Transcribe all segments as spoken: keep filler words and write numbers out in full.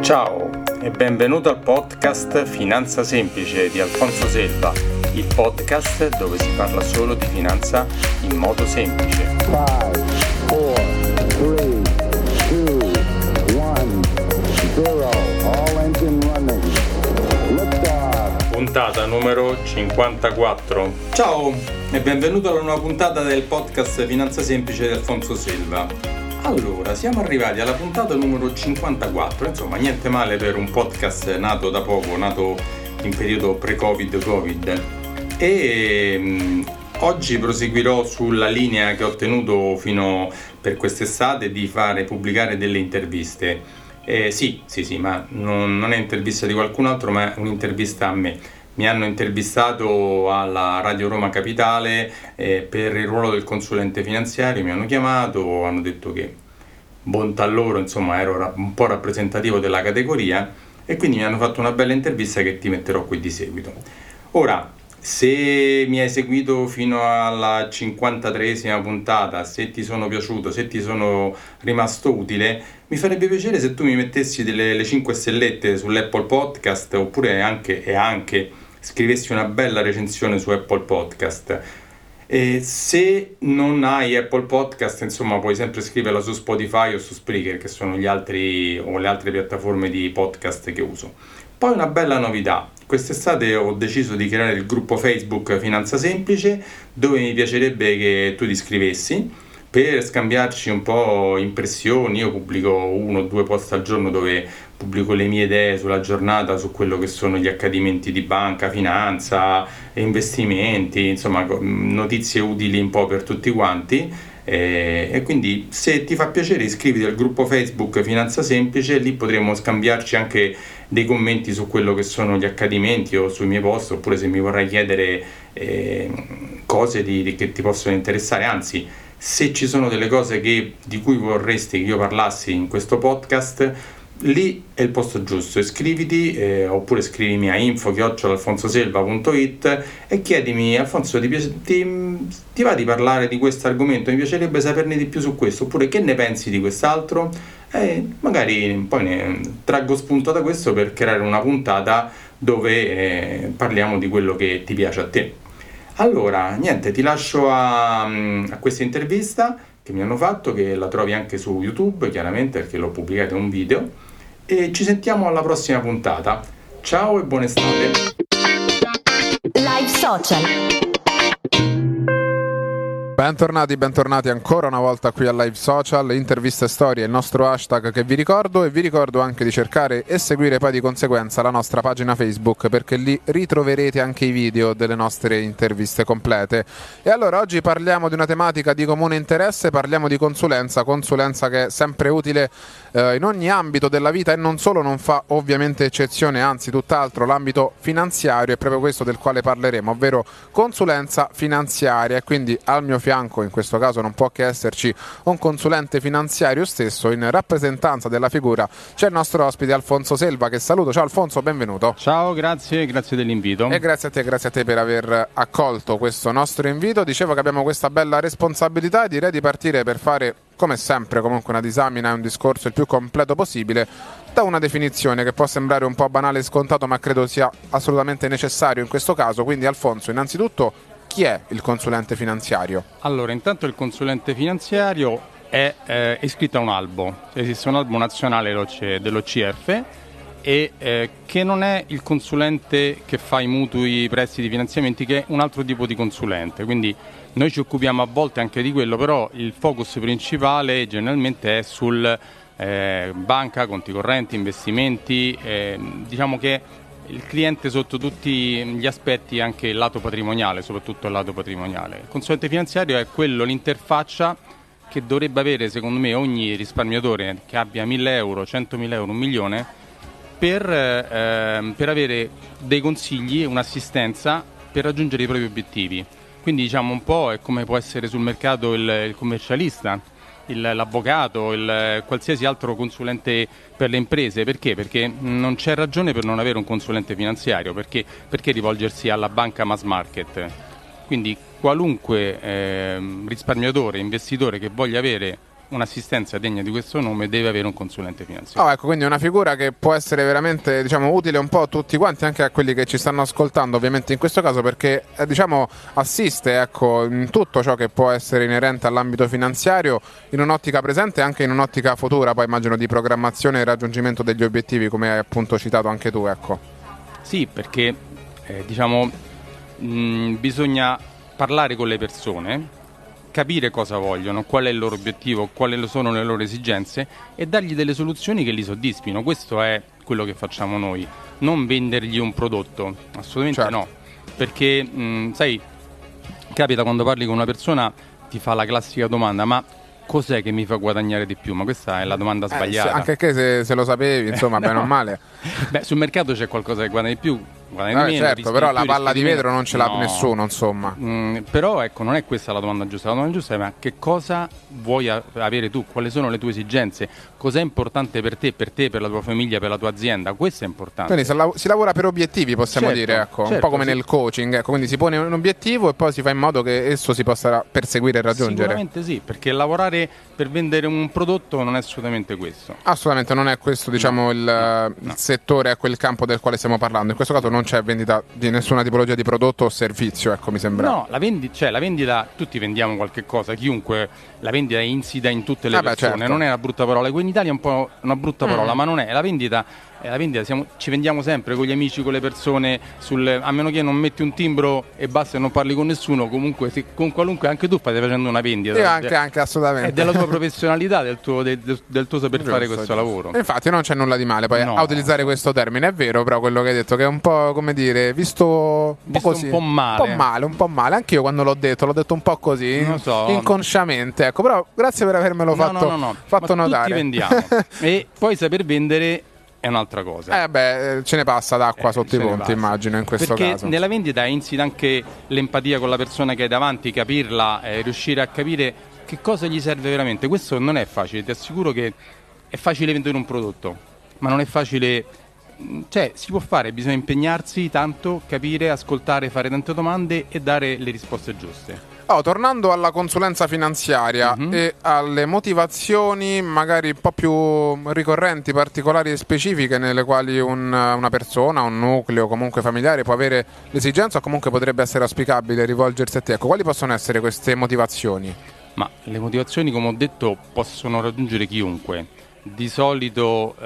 Ciao e benvenuto al podcast Finanza Semplice di Alfonso Selva, il podcast dove si parla solo di finanza in modo semplice. five, four, tre, due, uno, zero. All engine running. Liftoff. Puntata numero cinquantaquattro. Ciao e benvenuto alla nuova puntata del podcast Finanza Semplice di Alfonso Selva. Allora, siamo arrivati alla puntata numero cinquantaquattro, insomma niente male per un podcast nato da poco, nato in periodo pre-Covid-Covid. E mh, oggi proseguirò sulla linea che ho tenuto fino per quest'estate di fare pubblicare delle interviste. Eh, sì, sì, sì, ma non, non è intervista di qualcun altro, ma è un'intervista a me. Mi hanno intervistato alla Radio Roma Capitale eh, per il ruolo del consulente finanziario, mi hanno chiamato, hanno detto che bontà loro, insomma ero ra- un po' rappresentativo della categoria e quindi mi hanno fatto una bella intervista che ti metterò qui di seguito. Ora, se mi hai seguito fino alla cinquantatreesima puntata, se ti sono piaciuto, se ti sono rimasto utile, mi farebbe piacere se tu mi mettessi delle le cinque stellette sull'Apple Podcast oppure anche e anche scrivessi una bella recensione su Apple Podcast. E se non hai Apple Podcast, insomma, puoi sempre scriverla su Spotify o su Spreaker, che sono gli altri o le altre piattaforme di podcast che uso. Poi una bella novità: quest'estate ho deciso di creare il gruppo Facebook Finanza Semplice, dove mi piacerebbe che tu ti iscrivessi per scambiarci un po' impressioni. Io pubblico uno o due post al giorno dove pubblico le mie idee sulla giornata, su quello che sono gli accadimenti di banca, finanza, investimenti, insomma notizie utili un po' per tutti quanti. E, e quindi se ti fa piacere iscriviti al gruppo Facebook Finanza Semplice, lì potremo scambiarci anche dei commenti su quello che sono gli accadimenti o sui miei post, oppure se mi vorrai chiedere eh, cose di, di, che ti possono interessare, anzi se ci sono delle cose che, di cui vorresti che io parlassi in questo podcast, lì è il posto giusto. Iscriviti eh, oppure scrivimi a info chiocciola alfonsoselva punto it e chiedimi: Alfonso, ti, piace, ti, ti va di parlare di questo argomento? Mi piacerebbe saperne di più su questo, oppure che ne pensi di quest'altro? E magari poi ne traggo spunto da questo per creare una puntata dove eh, parliamo di quello che ti piace a te. Allora, niente, ti lascio a, a questa intervista che mi hanno fatto, che la trovi anche su YouTube, chiaramente, perché l'ho pubblicata in un video, e ci sentiamo alla prossima puntata. Ciao e buona estate! Live Social. Bentornati, bentornati ancora una volta qui a Live Social, interviste storie, il nostro hashtag che vi ricordo, e vi ricordo anche di cercare e seguire poi di conseguenza la nostra pagina Facebook, perché lì ritroverete anche i video delle nostre interviste complete. E allora oggi parliamo di una tematica di comune interesse, parliamo di consulenza, consulenza che è sempre utile eh, in ogni ambito della vita e non solo, non fa ovviamente eccezione, anzi tutt'altro, l'ambito finanziario è proprio questo del quale parleremo, ovvero consulenza finanziaria. E quindi al mio fianco in questo caso non può che esserci un consulente finanziario stesso. In rappresentanza della figura c'è il nostro ospite Alfonso Selva, che saluto. Ciao Alfonso, benvenuto. Ciao, grazie, grazie dell'invito. E grazie a te, grazie a te per aver accolto questo nostro invito. Dicevo che abbiamo questa bella responsabilità e direi di partire per fare, come sempre, comunque una disamina e un discorso il più completo possibile da una definizione che può sembrare un po' banale e scontato, ma credo sia assolutamente necessario in questo caso. Quindi Alfonso, innanzitutto, chi è il consulente finanziario? Allora, intanto il consulente finanziario è eh, iscritto a un albo. Esiste un albo nazionale dell'O C F e eh, che non è il consulente che fa i mutui, i prestiti, i finanziamenti, che è un altro tipo di consulente. Quindi noi ci occupiamo a volte anche di quello, però il focus principale generalmente è sul eh, banca, conti correnti, investimenti, eh, diciamo che il cliente sotto tutti gli aspetti, anche il lato patrimoniale, soprattutto il lato patrimoniale. Il consulente finanziario è quello, l'interfaccia che dovrebbe avere, secondo me, ogni risparmiatore che abbia mille euro, centomila euro, un milione, per, eh, per avere dei consigli, un'assistenza per raggiungere i propri obiettivi. Quindi diciamo un po' è come può essere sul mercato il, il commercialista, il, l'avvocato, il, qualsiasi altro consulente per le imprese. Perché? Perché non c'è ragione per non avere un consulente finanziario, perché, perché rivolgersi alla banca mass market. Quindi qualunque eh, risparmiatore, investitore che voglia avere un'assistenza degna di questo nome deve avere un consulente finanziario. Oh, ecco, quindi una figura che può essere veramente, diciamo, utile un po' a tutti quanti, anche a quelli che ci stanno ascoltando, ovviamente in questo caso, perché eh, diciamo assiste, ecco, in tutto ciò che può essere inerente all'ambito finanziario, in un'ottica presente e anche in un'ottica futura, poi immagino di programmazione e raggiungimento degli obiettivi, come hai appunto citato anche tu, ecco. Sì, perché eh, diciamo mh, bisogna parlare con le persone, capire cosa vogliono, qual è il loro obiettivo, quali sono le loro esigenze e dargli delle soluzioni che li soddisfino. Questo è quello che facciamo noi, non vendergli un prodotto, assolutamente certo. no, perché mh, sai, capita quando parli con una persona, ti fa la classica domanda: ma cos'è che mi fa guadagnare di più? Ma questa è la domanda sbagliata. Eh, se, anche che se, se lo sapevi, insomma, no. bene o male. Beh, sul mercato c'è qualcosa che guadagna di più, guadagna di eh, meno, certo, però di la più, palla di vetro meno. non ce l'ha No. nessuno, insomma. Mm, però ecco, non è questa la domanda giusta. La domanda giusta è: ma che cosa vuoi a- avere tu? Quali sono le tue esigenze? Cos'è importante per te, per te, per la tua famiglia, per la tua azienda? Questo è importante. Quindi si, lav- si lavora per obiettivi, possiamo Certo, dire, ecco, un certo, po' come sì. nel coaching, ecco, quindi si pone un obiettivo e poi si fa in modo che esso si possa perseguire e raggiungere. Sicuramente sì, perché lavorare per vendere un prodotto non è assolutamente questo. Assolutamente non è questo, diciamo, il, no. il settore, ecco, il campo del quale stiamo parlando. In questo caso non c'è vendita di nessuna tipologia di prodotto o servizio, ecco, mi sembra. No, la, vendi- cioè, la vendita, tutti vendiamo qualche cosa, chiunque, la vendita è insita in tutte le Ah beh, persone, certo. non è una brutta parola, qui in Italia è un po' una brutta parola, Mm. ma non è, la vendita, è la vendita siamo, ci vendiamo sempre con gli amici, con le persone, sul, a meno che non metti un timbro e basta e non parli con nessuno, comunque se, con qualunque, anche tu stai facendo una vendita. Io anche, anche assolutamente. È della tua professionalità, del tuo, del, del tuo saper fare Giusto, questo giusto. lavoro. E infatti non c'è nulla di male poi No. a utilizzare questo termine, è vero, però quello che hai detto, che è un po', come dire, visto un po' Visto così, un po' male. un po' male, un po' male. Anch'io quando l'ho detto, l'ho detto un po' così, Non so. inconsciamente, ecco, però grazie per avermelo No, fatto, no, no, no. fatto Ma notare. tutti vendiamo. E poi saper vendere è un'altra cosa. Eh beh, ce ne passa d'acqua Eh, sotto ce i ne ponti, passa. immagino, in questo Perché caso. nella vendita insita anche l'empatia con la persona che hai davanti, capirla, eh, riuscire a capire che cosa gli serve veramente. Questo non è facile, ti assicuro che è facile vendere un prodotto, ma non è facile. Cioè, si può fare, bisogna impegnarsi tanto, capire, ascoltare, fare tante domande e dare le risposte giuste. Oh, tornando alla consulenza finanziaria Mhm. e alle motivazioni magari un po' più ricorrenti, particolari e specifiche nelle quali un- una persona, un nucleo comunque familiare può avere l'esigenza o comunque potrebbe essere auspicabile rivolgersi a te, ecco, quali possono essere queste motivazioni? Ma le motivazioni, come ho detto, possono raggiungere chiunque. Di solito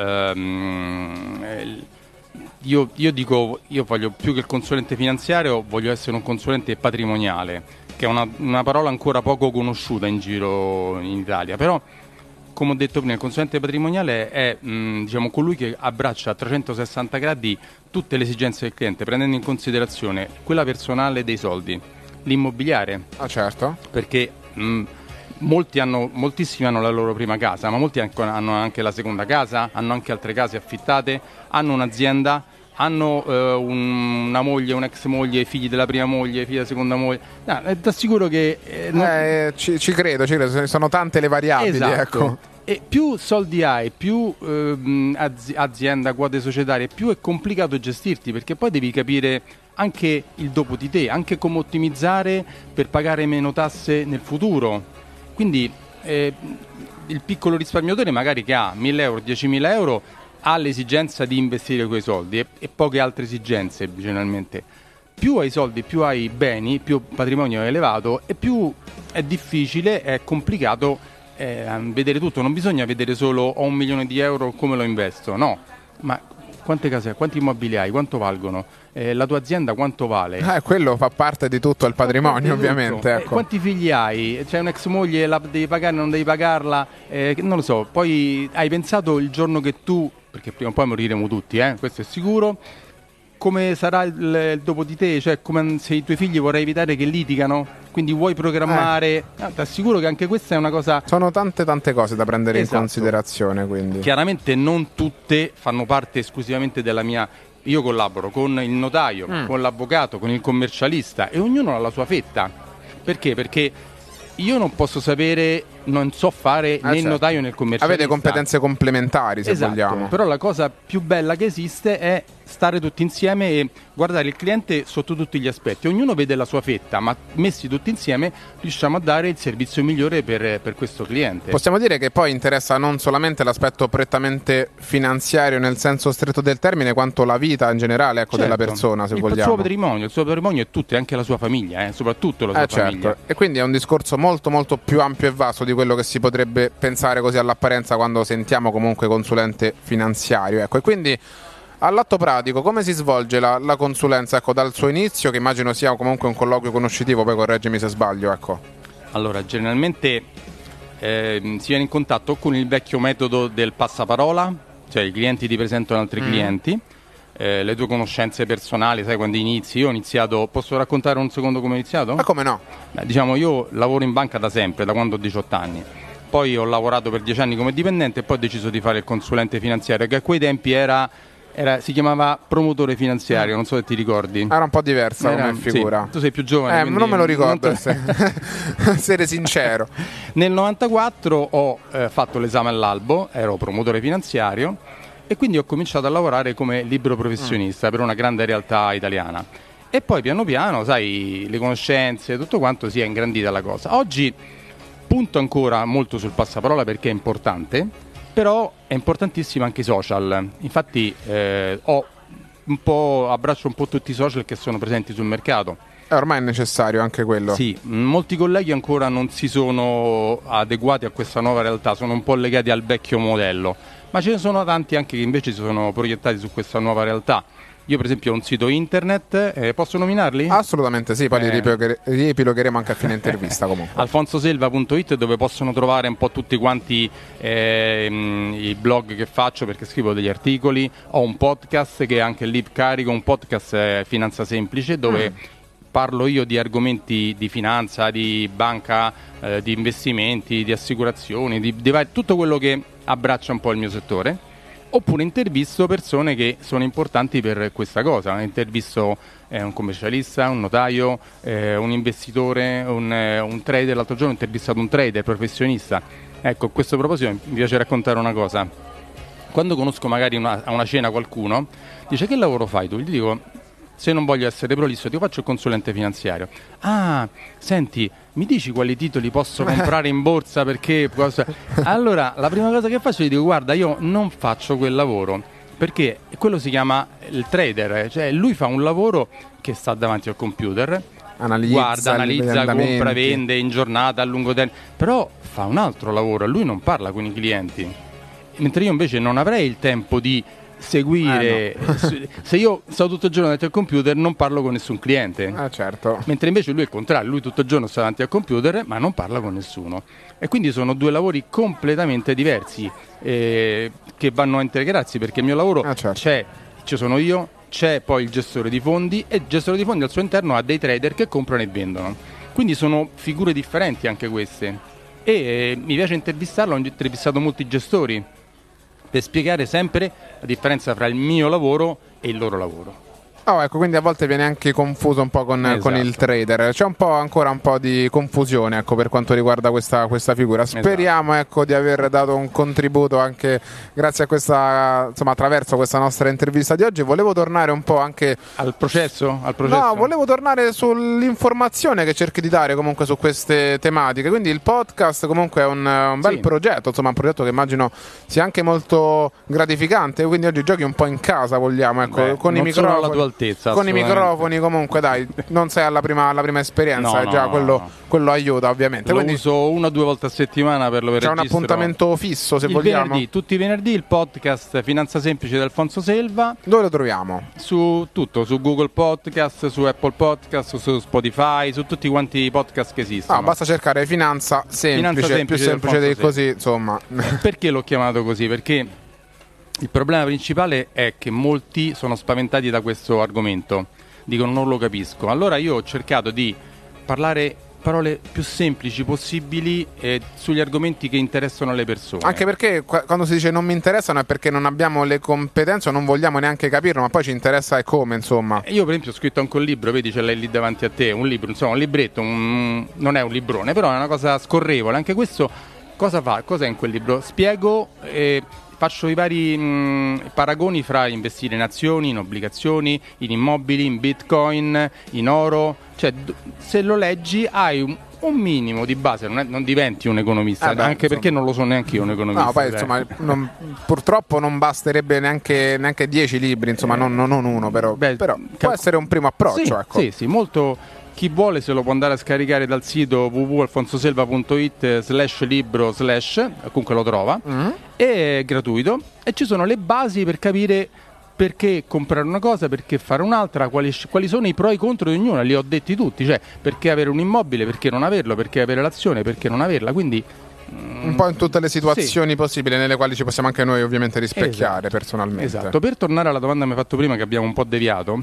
ehm, eh, io, io dico, io voglio più che il consulente finanziario, voglio essere un consulente patrimoniale, che è una, una parola ancora poco conosciuta in giro in Italia, però come ho detto prima, il consulente patrimoniale è mh, diciamo, colui che abbraccia a trecentosessanta gradi tutte le esigenze del cliente, prendendo in considerazione quella personale dei soldi, l'immobiliare, Ah, certo. perché mh, molti hanno, moltissimi hanno la loro prima casa, ma molti anco- hanno anche la seconda casa, hanno anche altre case affittate, hanno un'azienda, hanno eh, un- una moglie, un'ex moglie, figli della prima moglie, figli della seconda moglie. No, eh, ti assicuro che eh, non- Eh, ci, ci credo, ci credo, sono tante le variabili, Esatto. ecco. E più soldi hai, più ehm, azi- azienda, quote societarie, più è complicato gestirti, perché poi devi capire anche il dopo di te, anche come ottimizzare per pagare meno tasse nel futuro. Quindi eh, il piccolo risparmiatore magari che ha mille euro, diecimila euro ha l'esigenza di investire quei soldi e, e poche altre esigenze generalmente. Più hai soldi, più hai beni, più patrimonio è elevato e più è difficile, è complicato eh, vedere tutto. Non bisogna vedere solo ho un milione di euro, come lo investo, no, ma quante case hai, quanti immobili hai, quanto valgono, eh, la tua azienda quanto vale. Eh, quello fa parte di tutto il patrimonio, Fa parte di ovviamente, tutto. Eh, ecco. quanti figli hai? C'è un'ex moglie, la devi pagare, non devi pagarla? Eh, non lo so. Poi hai pensato il giorno che tu, perché prima o poi moriremo tutti, eh, questo è sicuro, come sarà il, il dopo di te? Cioè, come se i tuoi figli vorrei evitare che litigano? Quindi vuoi programmare? Ah, ti assicuro che anche questa è una cosa. Sono tante tante cose da prendere Esatto. in considerazione, quindi. Chiaramente non tutte fanno parte esclusivamente della mia. Io collaboro con il notaio, Mm. con l'avvocato, con il commercialista e ognuno ha la sua fetta. Perché? Perché io non posso sapere non so fare eh né il certo. notaio né il commercialista. Avete competenze complementari, se esatto, vogliamo. Però la cosa più bella che esiste è stare tutti insieme e guardare il cliente sotto tutti gli aspetti. Ognuno vede la sua fetta, ma messi tutti insieme riusciamo a dare il servizio migliore per, per questo cliente. Possiamo dire che poi interessa non solamente l'aspetto prettamente finanziario nel senso stretto del termine, quanto la vita in generale, ecco, certo. della persona, se il vogliamo. Il suo patrimonio, il suo patrimonio è tutto, e anche la sua famiglia, eh, soprattutto la sua eh, famiglia. Certo. E quindi è un discorso molto molto più ampio e vasto di quello che si potrebbe pensare così all'apparenza quando sentiamo comunque consulente finanziario. Ecco, e quindi all'atto pratico come si svolge la, la consulenza, ecco, dal suo inizio, che immagino sia comunque un colloquio conoscitivo, poi correggimi se sbaglio, ecco. Allora, generalmente eh, si viene in contatto con il vecchio metodo del passaparola, cioè i clienti ti presentano altri mm. clienti, eh, le tue conoscenze personali, sai, quando inizi. Io ho iniziato, posso raccontare un secondo come ho iniziato? Ma come no? Beh, diciamo, io lavoro in banca da sempre, da quando ho diciotto anni. Poi ho lavorato per dieci anni come dipendente e poi ho deciso di fare il consulente finanziario, che a quei tempi era... Era, si chiamava promotore finanziario, non so se ti ricordi. Era un po' diversa Era, come figura. Sì, tu sei più giovane. Eh, non me lo ricordo, te... se... essere sincero. Nel novantaquattro ho eh, fatto l'esame all'albo, ero promotore finanziario e quindi ho cominciato a lavorare come libero professionista mm. per una grande realtà italiana. E poi piano piano, sai, le conoscenze, tutto quanto, si è ingrandita la cosa. Oggi punto ancora molto sul passaparola perché è importante, però è importantissimo anche i social. Infatti eh, ho un po', abbraccio un po' tutti i social che sono presenti sul mercato. Eh, ormai è necessario anche quello. Sì, molti colleghi ancora non si sono adeguati a questa nuova realtà, sono un po' legati al vecchio modello, ma ce ne sono tanti anche che invece si sono proiettati su questa nuova realtà. Io per esempio ho un sito internet, eh, posso nominarli? Assolutamente sì, poi eh. li riepilogheremo anche a fine intervista comunque. alfonsoselva punto it, dove possono trovare un po' tutti quanti eh, i blog che faccio, perché scrivo degli articoli, ho un podcast che è anche lì carico, un podcast eh, Finanza Semplice, dove mm. parlo io di argomenti di finanza, di banca, eh, di investimenti, di assicurazioni, di, di tutto quello che abbraccia un po' il mio settore. Oppure intervisto persone che sono importanti per questa cosa. Intervisto eh, un commercialista, un notaio, eh, un investitore, un, eh, un trader. L'altro giorno ho intervistato un trader professionista. Ecco, a questo proposito mi piace raccontare una cosa. Quando conosco magari una, a una cena qualcuno, dice: che lavoro fai tu? Gli dico: se non voglio essere prolisso, ti faccio il consulente finanziario. Ah, senti, mi dici quali titoli posso comprare in borsa? Perché cosa... Allora, la prima cosa che faccio, gli dico: guarda, io non faccio quel lavoro, perché quello si chiama il trader, cioè lui fa un lavoro che sta davanti al computer, analizza, guarda, analizza, compra, vende in giornata, a lungo termine, però fa un altro lavoro, lui non parla con i clienti, mentre io invece non avrei il tempo di seguire. Eh, no. Se io sto tutto il giorno davanti al computer non parlo con nessun cliente, ah, certo. mentre invece lui è il contrario, lui tutto il giorno sta davanti al computer ma non parla con nessuno, e quindi sono due lavori completamente diversi eh, che vanno a integrarsi, perché il mio lavoro ah, certo. c'è, ci sono io, c'è poi il gestore di fondi, e il gestore di fondi al suo interno ha dei trader che comprano e vendono, quindi sono figure differenti anche queste, e eh, mi piace intervistarlo. Ho intervistato molti gestori per spiegare sempre la differenza fra il mio lavoro e il loro lavoro. Oh, ecco, quindi a volte viene anche confuso un po' con, esatto. con il trader. C'è un po' ancora un po' di confusione, ecco, per quanto riguarda questa, questa figura. Speriamo esatto. ecco, di aver dato un contributo anche grazie a questa, insomma, attraverso questa nostra intervista di oggi. Volevo tornare un po' anche al processo, al processo. No, volevo tornare sull'informazione che cerchi di dare comunque su queste tematiche. Quindi il podcast comunque è un, un bel sì. progetto, insomma, un progetto che immagino sia anche molto gratificante. Quindi oggi giochi un po' in casa, vogliamo, ecco, Beh, con i microfoni. Con i microfoni comunque, dai, non sei alla prima, alla prima esperienza, no, già no, quello, no. quello aiuta ovviamente. Lo Quindi uso una o due volte a settimana per lo C'è registro. un appuntamento fisso, se il vogliamo. Venerdì, tutti i venerdì il podcast Finanza Semplice di Alfonso Selva. Dove lo troviamo? Su tutto, su Google Podcast, su Apple Podcast, su Spotify, su tutti quanti i podcast che esistono. Ah, basta cercare Finanza Semplice, Finanza semplice più semplice di così, insomma. Perché l'ho chiamato così? Perché il problema principale è che molti sono spaventati da questo argomento. Dicono: non lo capisco. Allora io ho cercato di parlare parole più semplici possibili eh, sugli argomenti che interessano le persone. Anche perché qu- quando si dice non mi interessano è perché non abbiamo le competenze o non vogliamo neanche capirlo, ma poi ci interessa e come, insomma. Io per esempio ho scritto anche un libro, vedi, ce l'hai lì davanti a te, un libro, insomma un libretto, un, non è un librone, però è una cosa scorrevole. Anche questo cosa fa? Cos'è in quel libro? Spiego, eh, faccio i vari mh, paragoni fra investire in azioni, in obbligazioni, in immobili, in bitcoin, in oro. Cioè, d- se lo leggi hai un, un minimo di base, non, è, non diventi un economista, eh beh, anche insomma. perché non lo so neanche io un economista. No, poi cioè. insomma, non, purtroppo non basterebbe neanche, neanche dieci libri, insomma, non, non uno, però, Beh, però può cal- essere un primo approccio. Sì, ecco. sì, sì, molto. Chi vuole se lo può andare a scaricare dal sito w w w punto alfonsoselva punto it slash libro slash, comunque lo trova, Mm. è gratuito e ci sono le basi per capire perché comprare una cosa, perché fare un'altra, quali, quali sono i pro e i contro di ognuna, li ho detti tutti, cioè perché avere un immobile, perché non averlo, perché avere l'azione, perché non averla, quindi Un po' in tutte le situazioni sì. possibili nelle quali ci possiamo anche noi ovviamente rispecchiare Esatto. personalmente. Esatto, per tornare alla domanda che mi hai fatto prima che abbiamo un po' deviato,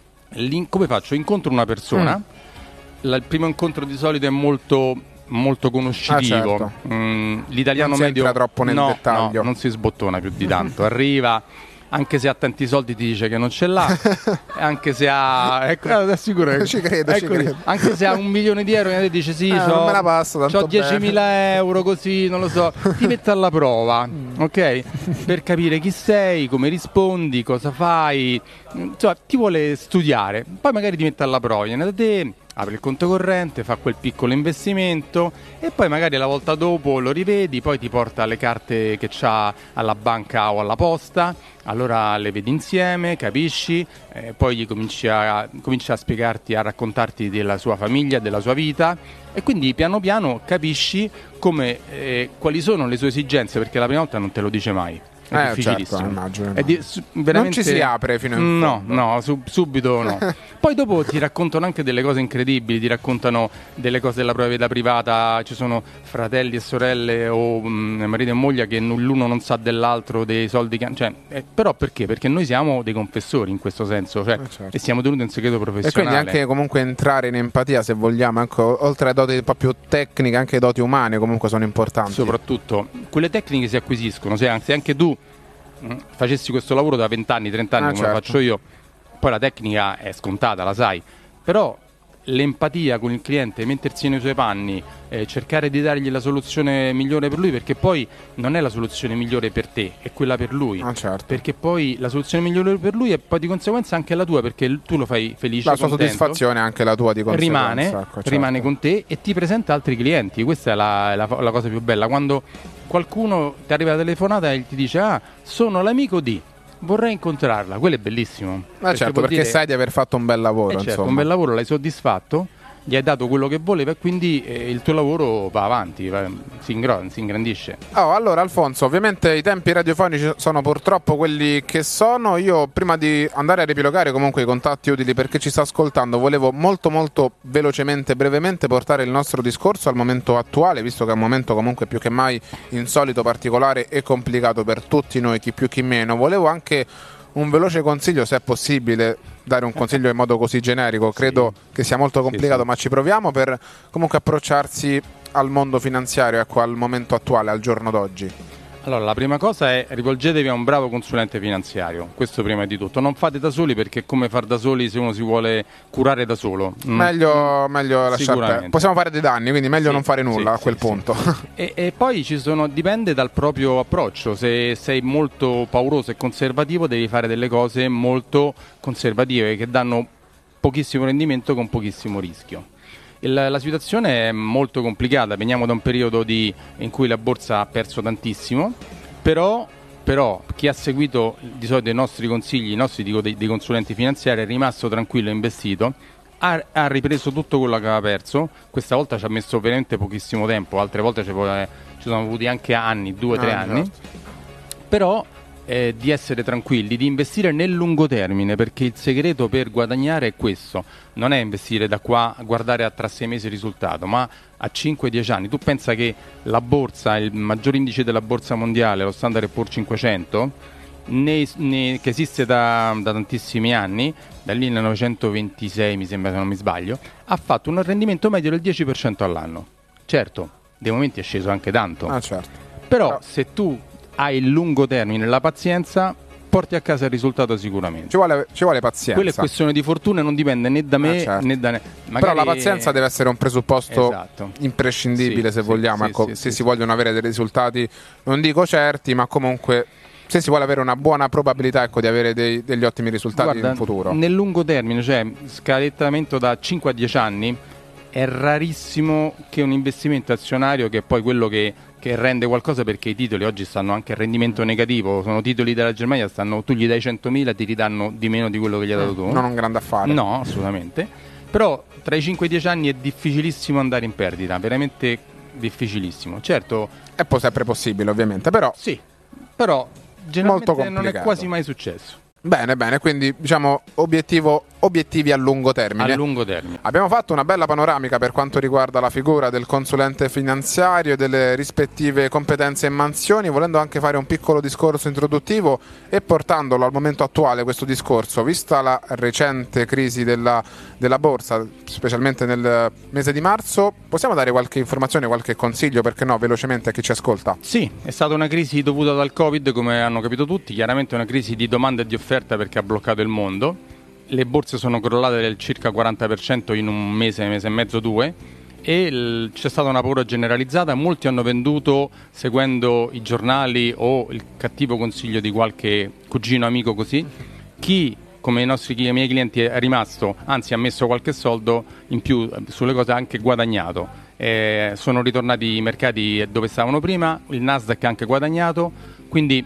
l'in- come faccio? Incontro una persona, Mm. la- il primo incontro di solito è molto, molto conoscitivo. Ah, certo. Mm, l'italiano Non si medio entra troppo nel no, dettaglio. no, non si sbottona più di tanto, arriva, anche se ha tanti soldi ti dice che non ce l'ha, anche se ha ecco, eh, assicuro che- Ci credo, ci ecco, credo. anche se ha un milione di euro e ti dice sì, Eh, c'ho, non me la passo tanto c'ho diecimila euro così, non lo so, ti mette alla prova, ok? Per capire chi sei, come rispondi, cosa fai, insomma ti vuole studiare, poi magari ti mette alla prova, viene da te, apre il conto corrente, fa quel piccolo investimento e poi magari la volta dopo lo rivedi, poi ti porta le carte che c'ha alla banca o alla posta, allora le vedi insieme, capisci, eh, poi gli cominci a, cominci a spiegarti, a raccontarti della sua famiglia, della sua vita e quindi piano piano capisci come, eh, quali sono le sue esigenze, perché la prima volta non te lo dice mai. È Eh, difficilissimo. certo, immagino. È di- su- veramente... Non ci si apre fino in No, fondo. no, su- subito no. Poi dopo ti raccontano anche delle cose incredibili, ti raccontano delle cose della propria vita privata, ci sono fratelli e sorelle o mh, marito e moglie che n- l'uno non sa dell'altro, dei soldi che hanno, cioè, eh, però perché? Perché noi siamo dei confessori in questo senso, cioè, Eh, certo. e siamo tenuti in segreto E quindi professionale. anche comunque entrare in empatia, se vogliamo, ecco, oltre a doti un po' più tecniche, anche doti umane comunque sono importanti. Soprattutto quelle tecniche si acquisiscono, se anzi anche tu mh, facessi questo lavoro da venti anni, trenta anni Ah, come certo. lo faccio io, poi la tecnica è scontata, la sai, però l'empatia con il cliente, mettersi nei suoi panni, eh, cercare di dargli la soluzione migliore per lui, perché poi non è la soluzione migliore per te, è quella per lui. Ah, certo. Perché poi la soluzione migliore per lui è poi di conseguenza anche la tua, perché l- tu lo fai felice, La sua contento, soddisfazione è anche la tua di conseguenza. rimane, ecco, certo. rimane con te e ti presenta altri clienti. Questa è la, la- la cosa più bella, quando qualcuno ti arriva la telefonata e ti dice ah, sono l'amico di, vorrei incontrarla, quello è bellissimo. Ma certo, vuol perché dire- sai di aver fatto un bel lavoro, eh certo, insomma. un bel lavoro, l'hai soddisfatto, gli hai dato quello che voleva e quindi eh, il tuo lavoro va avanti, va- si, ingro- si ingrandisce. Oh, allora Alfonso, ovviamente i tempi radiofonici sono purtroppo quelli che sono. Io prima di andare a riepilogare comunque i contatti utili per chi ci sta ascoltando, volevo molto molto velocemente, brevemente portare il nostro discorso al momento attuale, visto che è un momento comunque più che mai insolito, particolare e complicato per tutti noi, chi più chi meno. Volevo anche un veloce consiglio, se è possibile dare un consiglio in modo così generico, credo che sia molto complicato, sì. ma ci proviamo, per comunque approcciarsi al mondo finanziario, ecco, al momento attuale, al giorno d'oggi. Allora, la prima cosa è rivolgetevi a un bravo consulente finanziario, questo prima di tutto. Non fate da soli, perché è come far da soli se uno si vuole curare da solo. Mm. Meglio, meglio lasciare Sicuramente. perdere. Possiamo fare dei danni, quindi meglio Sì, non fare nulla sì, a quel sì, punto. E, e poi ci sono, dipende dal proprio approccio. Se sei molto pauroso e conservativo, devi fare delle cose molto conservative che danno pochissimo rendimento con pochissimo rischio. Il, la situazione è molto complicata, veniamo da un periodo di, in cui la borsa ha perso tantissimo, però, però chi ha seguito di solito i nostri consigli, i nostri dico, dei, dei consulenti finanziari, è rimasto tranquillo e investito, ha, ha ripreso tutto quello che aveva perso. Questa volta ci ha messo veramente pochissimo tempo, altre volte ci, può- eh, ci sono avuti anche anni, due o tre Ah, anni, certo. però eh, di essere tranquilli, di investire nel lungo termine, perché il segreto per guadagnare è questo, non è investire da qua a guardare a tra sei mesi il risultato, ma a cinque dieci anni. Tu pensa che la borsa, il maggior indice della borsa mondiale, lo Standard and Poor's cinquecento, ne- ne- che esiste da, da tantissimi anni, dal millenovecentoventisei mi sembra, se non mi sbaglio, ha fatto un rendimento medio del dieci per cento all'anno. Certo, dei momenti è sceso anche tanto, Ah, certo. però Però- se tu hai il lungo termine, la pazienza, porti a casa il risultato sicuramente. Ci vuole, ci vuole pazienza. Quella è questione di fortuna, non dipende né da me ah, certo. né da me. Magari... Però la pazienza deve essere un presupposto esatto. imprescindibile, sì, se sì, vogliamo, sì, ecco, sì, se sì, si sì. vogliono avere dei risultati, non dico certi, ma comunque se si vuole avere una buona probabilità, ecco, di avere dei, degli ottimi risultati. Guarda, in futuro. Nel lungo termine, cioè scadettamento da cinque a dieci anni, è rarissimo che un investimento azionario, che è poi quello che, che rende qualcosa, perché i titoli oggi stanno anche a rendimento negativo, sono titoli della Germania, stanno, tu gli dai centomila, ti ridanno di meno di quello che gli hai dato tu. Non un grande affare. No, assolutamente. Però tra i cinque e i dieci anni è difficilissimo andare in perdita, veramente difficilissimo. Certo, è poi sempre possibile, ovviamente, però sì, però generalmente non è quasi mai successo. Bene, bene, quindi diciamo obiettivo, obiettivi a lungo termine. A lungo termine. Abbiamo fatto una bella panoramica per quanto riguarda la figura del consulente finanziario e delle rispettive competenze e mansioni, volendo anche fare un piccolo discorso introduttivo e portandolo al momento attuale questo discorso, vista la recente crisi della, della borsa, specialmente nel mese di marzo, possiamo dare qualche informazione, qualche consiglio, perché no, velocemente a chi ci ascolta? Sì, è stata una crisi dovuta dal Covid, come hanno capito tutti, chiaramente una crisi di domanda e di offerta perché ha bloccato il mondo. Le borse sono crollate del circa quaranta per cento in un mese, mese e mezzo, due, e l- c'è stata una paura generalizzata. Molti hanno venduto seguendo i giornali o il cattivo consiglio di qualche cugino amico così. Chi, come i nostri i miei clienti, è rimasto, anzi ha messo qualche soldo in più sulle cose, ha anche guadagnato. Eh, sono ritornati i mercati dove stavano prima, il Nasdaq ha anche guadagnato, quindi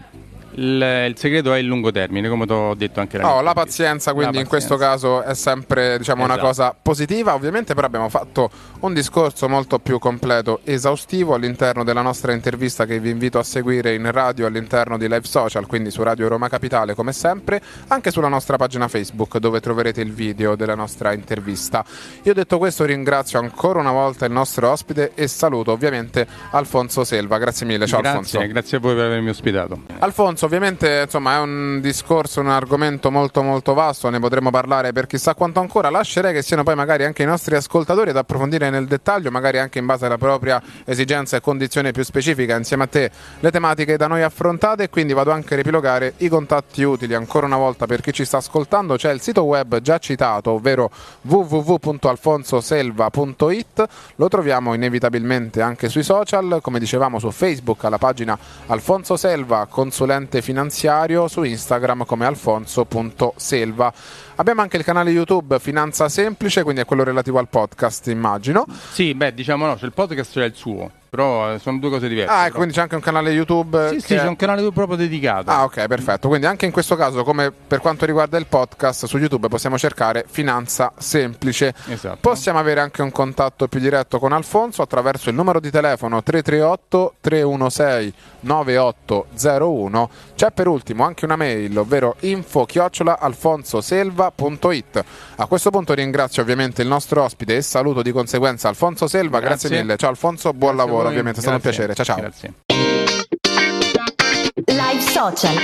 Il, il segreto è il lungo termine, come ti ho detto anche la, oh, la pazienza, quindi la in pazienza. Questo caso è sempre, diciamo, esatto. una cosa positiva. Ovviamente però abbiamo fatto un discorso molto più completo, esaustivo, all'interno della nostra intervista, che vi invito a seguire in radio all'interno di Live Social, quindi su Radio Roma Capitale come sempre, anche sulla nostra pagina Facebook, dove troverete il video della nostra intervista. Io, detto questo, ringrazio ancora una volta il nostro ospite e saluto ovviamente Alfonso Selva. Grazie mille. Ciao grazie, Alfonso. Grazie a voi per avermi ospitato. Alfonso, ovviamente, insomma, è un discorso, un argomento molto molto vasto, ne potremo parlare per chissà quanto ancora. Lascerei che siano poi magari anche i nostri ascoltatori ad approfondire nel dettaglio, magari anche in base alla propria esigenza e condizione più specifica, insieme a te, le tematiche da noi affrontate. Quindi vado anche a riepilogare i contatti utili ancora una volta per chi ci sta ascoltando. C'è il sito web già citato, ovvero w w w punto alfonsoselva punto i t. Lo troviamo inevitabilmente anche sui social, come dicevamo, su Facebook alla pagina Alfonso Selva, consulente finanziario, su Instagram come alfonso punto selva. Abbiamo anche il canale YouTube Finanza Semplice, quindi è quello relativo al podcast, immagino. Sì, beh, diciamo no, c'è il podcast, c'è il suo, però sono due cose diverse. Ah, però. E quindi c'è anche un canale YouTube? Sì, sì, è... c'è un canale YouTube proprio dedicato. Ah, ok, perfetto. Quindi anche in questo caso, come per quanto riguarda il podcast, su YouTube possiamo cercare Finanza Semplice. Esatto. Possiamo avere anche un contatto più diretto con Alfonso attraverso il numero di telefono tre tre otto tre uno sei nove otto zero uno. C'è per ultimo anche una mail, ovvero info chiocciola alfonsoselva punto i t. A questo punto ringrazio ovviamente il nostro ospite e saluto di conseguenza Alfonso Selva. Grazie, Grazie mille. Ciao Alfonso, buon Grazie lavoro, ovviamente è stato un piacere. Ciao ciao. Grazie. Live Social.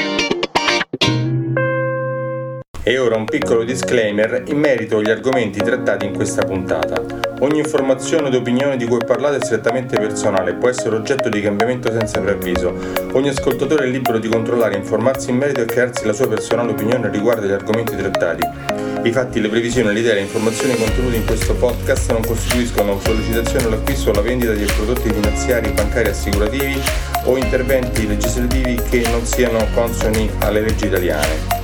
E ora un piccolo disclaimer in merito agli argomenti trattati in questa puntata. Ogni informazione ed opinione di cui parlate è strettamente personale e può essere oggetto di cambiamento senza preavviso. Ogni ascoltatore è libero di controllare, informarsi in merito e crearsi la sua personale opinione riguardo agli argomenti trattati. I fatti, le previsioni, le idee e le informazioni contenute in questo podcast non costituiscono sollecitazione all'acquisto o alla vendita di prodotti finanziari, bancari, assicurativi o interventi legislativi che non siano consoni alle leggi italiane.